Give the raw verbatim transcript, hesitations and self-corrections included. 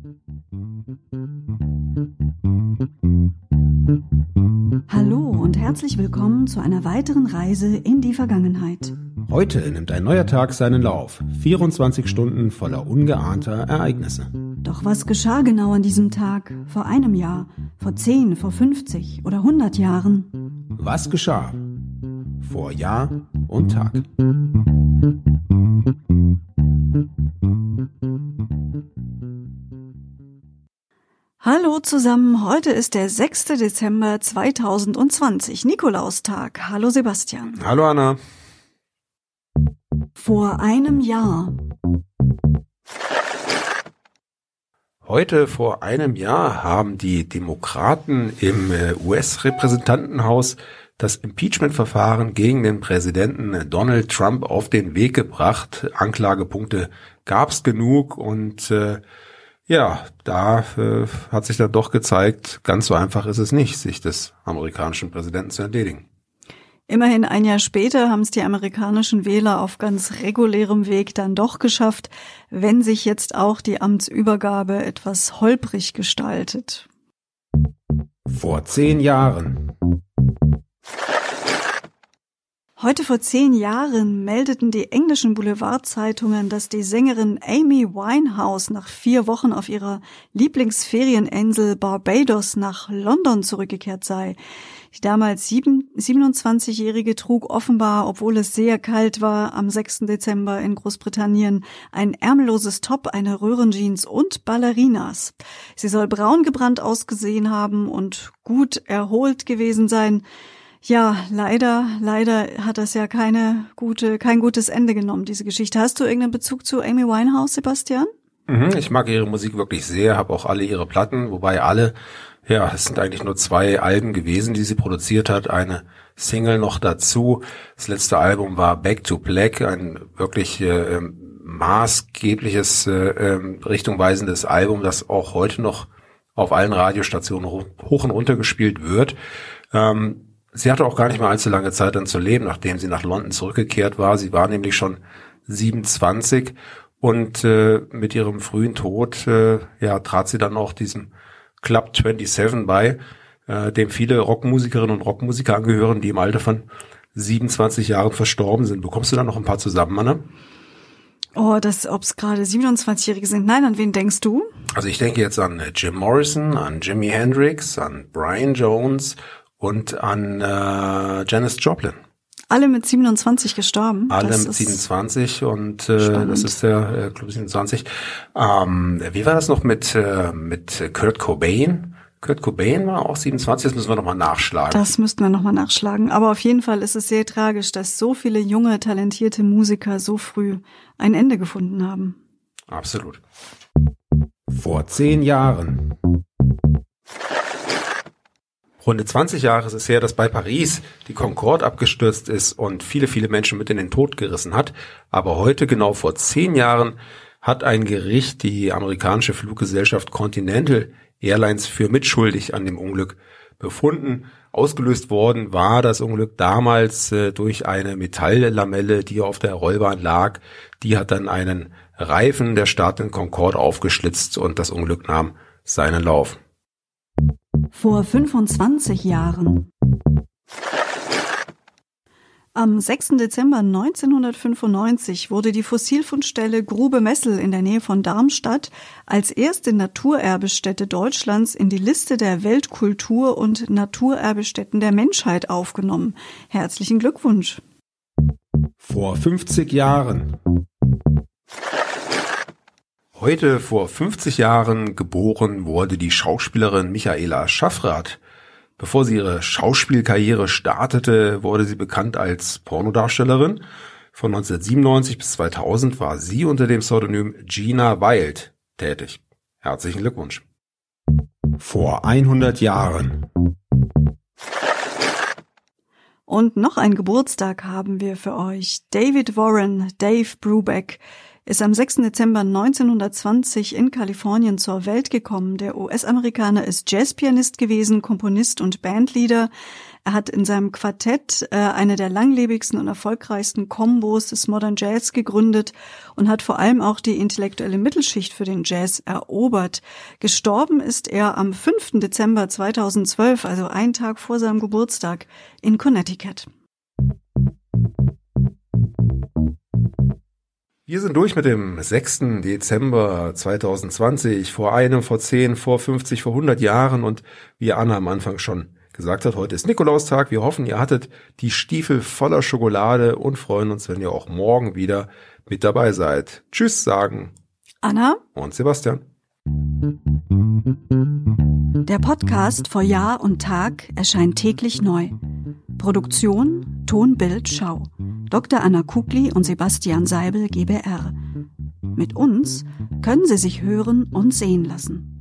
Hallo und herzlich willkommen zu einer weiteren Reise in die Vergangenheit. Heute nimmt ein neuer Tag seinen Lauf. vierundzwanzig Stunden voller ungeahnter Ereignisse. Doch was geschah genau an diesem Tag? Vor einem Jahr, vor zehn, vor fünfzig oder hundert Jahren? Was geschah? Vor Jahr und Tag. Hallo zusammen, heute ist der sechster Dezember zweitausendzwanzig, Nikolaustag. Hallo Sebastian. Hallo Anna. Vor einem Jahr. Heute vor einem Jahr haben die Demokraten im U S-Repräsentantenhaus das Impeachment-Verfahren gegen den Präsidenten Donald Trump auf den Weg gebracht. Anklagepunkte gab's genug und äh, ja, da äh, hat sich dann doch gezeigt, ganz so einfach ist es nicht, sich des amerikanischen Präsidenten zu entledigen. Immerhin ein Jahr später haben es die amerikanischen Wähler auf ganz regulärem Weg dann doch geschafft, wenn sich jetzt auch die Amtsübergabe etwas holprig gestaltet. Vor zehn Jahren. Heute vor zehn Jahren meldeten die englischen Boulevardzeitungen, dass die Sängerin Amy Winehouse nach vier Wochen auf ihrer Lieblingsferieninsel Barbados nach London zurückgekehrt sei. Die damals siebenundzwanzigjährige trug offenbar, obwohl es sehr kalt war, am sechster Dezember in Großbritannien ein ärmelloses Top, eine Röhrenjeans und Ballerinas. Sie soll braun gebrannt ausgesehen haben und gut erholt gewesen sein. Ja, leider, leider hat das ja keine gute, kein gutes Ende genommen, diese Geschichte. Hast du irgendeinen Bezug zu Amy Winehouse, Sebastian? Mhm, ich mag ihre Musik wirklich sehr, habe auch alle ihre Platten, wobei alle, ja, es sind eigentlich nur zwei Alben gewesen, die sie produziert hat, eine Single noch dazu. Das letzte Album war Back to Black, ein wirklich äh, maßgebliches, äh, richtungweisendes Album, das auch heute noch auf allen Radiostationen hoch und runter gespielt wird. Ähm, Sie hatte auch gar nicht mal allzu lange Zeit dann zu leben, nachdem sie nach London zurückgekehrt war. Sie war nämlich schon siebenundzwanzig und äh, mit ihrem frühen Tod äh, ja trat sie dann auch diesem Club siebenundzwanzig bei, äh, dem viele Rockmusikerinnen und Rockmusiker angehören, die im Alter von siebenundzwanzig Jahren verstorben sind. Bekommst du da noch ein paar zusammen, Anna? Oh, das, ob's gerade siebenundzwanzigjährige sind. Nein, an wen denkst du? Also ich denke jetzt an Jim Morrison, an Jimi Hendrix, an Brian Jones und an äh, Janis Joplin. Alle mit siebenundzwanzig gestorben. Alle das mit siebenundzwanzig und äh, das ist der äh, Club siebenundzwanzig. Ähm, wie war das noch mit äh, mit Kurt Cobain? Kurt Cobain war auch siebenundzwanzig, das müssen wir nochmal nachschlagen. Das müssten wir nochmal nachschlagen. Aber auf jeden Fall ist es sehr tragisch, dass so viele junge, talentierte Musiker so früh ein Ende gefunden haben. Absolut. Vor zehn Jahren. Runde zwanzig Jahre ist es her, dass bei Paris die Concorde abgestürzt ist und viele, viele Menschen mit in den Tod gerissen hat. Aber heute, genau vor zehn Jahren, hat ein Gericht die amerikanische Fluggesellschaft Continental Airlines für mitschuldig an dem Unglück befunden. Ausgelöst worden war das Unglück damals äh, durch eine Metalllamelle, die auf der Rollbahn lag. Die hat dann einen Reifen der startenden Concorde aufgeschlitzt und das Unglück nahm seinen Lauf. Vor fünfundzwanzig Jahren. Am sechster Dezember neunzehnhundertfünfundneunzig wurde die Fossilfundstelle Grube Messel in der Nähe von Darmstadt als erste Naturerbestätte Deutschlands in die Liste der Weltkultur- und Naturerbestätten der Menschheit aufgenommen. Herzlichen Glückwunsch. Vor fünfzig Jahren. Heute vor fünfzig Jahren geboren wurde die Schauspielerin Michaela Schaffrath. Bevor sie ihre Schauspielkarriere startete, wurde sie bekannt als Pornodarstellerin. Von neunzehnhundertsiebenundneunzig bis zweitausend war sie unter dem Pseudonym Gina Wild tätig. Herzlichen Glückwunsch. Vor hundert Jahren. Und noch ein Geburtstag haben wir für euch. David Warren, Dave Brubeck, ist am sechsten Dezember neunzehnhundertzwanzig in Kalifornien zur Welt gekommen. Der U S-Amerikaner ist Jazzpianist gewesen, Komponist und Bandleader. Er hat in seinem Quartett äh, eine der langlebigsten und erfolgreichsten Kombos des Modern Jazz gegründet und hat vor allem auch die intellektuelle Mittelschicht für den Jazz erobert. Gestorben ist er am fünften Dezember zweitausendzwölf, also einen Tag vor seinem Geburtstag, in Connecticut. Wir sind durch mit dem sechsten Dezember zweitausendzwanzig, vor einem, vor zehn, vor fünfzig, vor hundert Jahren, und wie Anna am Anfang schon gesagt hat, heute ist Nikolaustag. Wir hoffen, ihr hattet die Stiefel voller Schokolade und freuen uns, wenn ihr auch morgen wieder mit dabei seid. Tschüss sagen Anna und Sebastian. Der Podcast vor Jahr und Tag erscheint täglich neu. Produktion Ton, Bild, Schau. Doktor Anna Kugli und Sebastian Seibel, G b R. Mit uns können Sie sich hören und sehen lassen.